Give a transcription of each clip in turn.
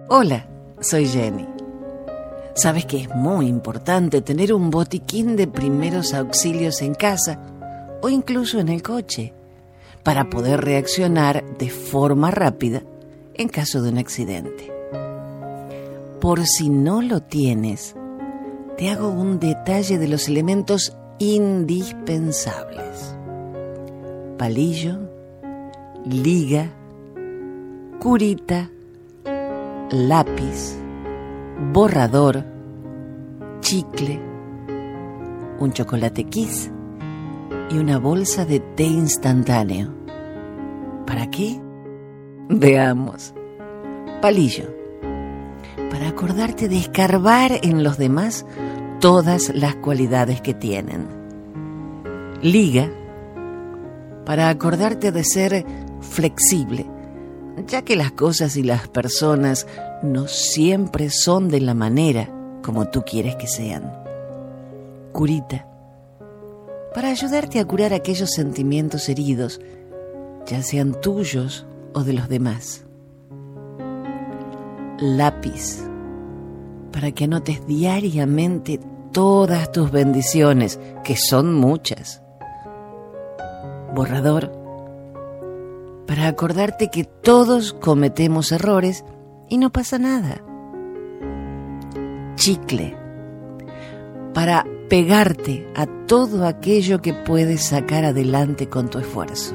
Hola, soy Jenny. ¿Sabes que es muy importante tener un botiquín de primeros auxilios en casa o incluso en el coche para poder reaccionar de forma rápida en caso de un accidente? Por si no lo tienes, te hago un detalle de los elementos indispensables: palillo, liga, curita, lápiz, borrador, chicle, un chocolate Kiss y una bolsa de té instantáneo. ¿Para qué? Veamos. Palillo, para acordarte de escarbar en los demás todas las cualidades que tienen. Liga, para acordarte de ser flexible, ya que las cosas y las personas no siempre son de la manera como tú quieres que sean. Curita, para ayudarte a curar aquellos sentimientos heridos, ya sean tuyos o de los demás. Lápiz, para que anotes diariamente todas tus bendiciones, que son muchas. Borrador, para acordarte que todos cometemos errores y no pasa nada. Chicle, para pegarte a todo aquello que puedes sacar adelante con tu esfuerzo.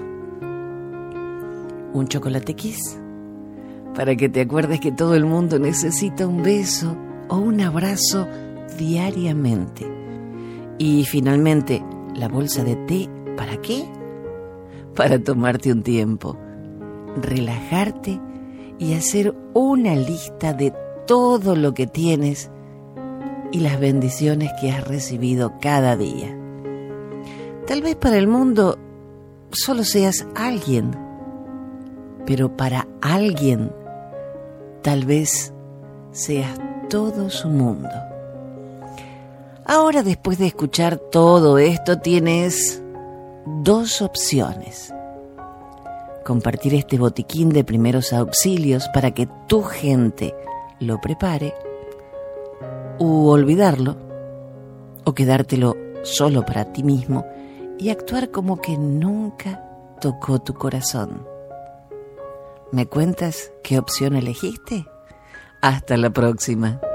Un chocolate Kiss, para que te acuerdes que todo el mundo necesita un beso o un abrazo diariamente. Y finalmente, la bolsa de té, ¿para qué? Para tomarte un tiempo, relajarte y hacer una lista de todo lo que tienes y las bendiciones que has recibido cada día. Tal vez para el mundo solo seas alguien, pero para alguien tal vez seas todo su mundo. Ahora, después de escuchar todo esto, tienes dos opciones: compartir este botiquín de primeros auxilios para que tu gente lo prepare, u olvidarlo, o quedártelo solo para ti mismo y actuar como que nunca tocó tu corazón. ¿Me cuentas qué opción elegiste? Hasta la próxima.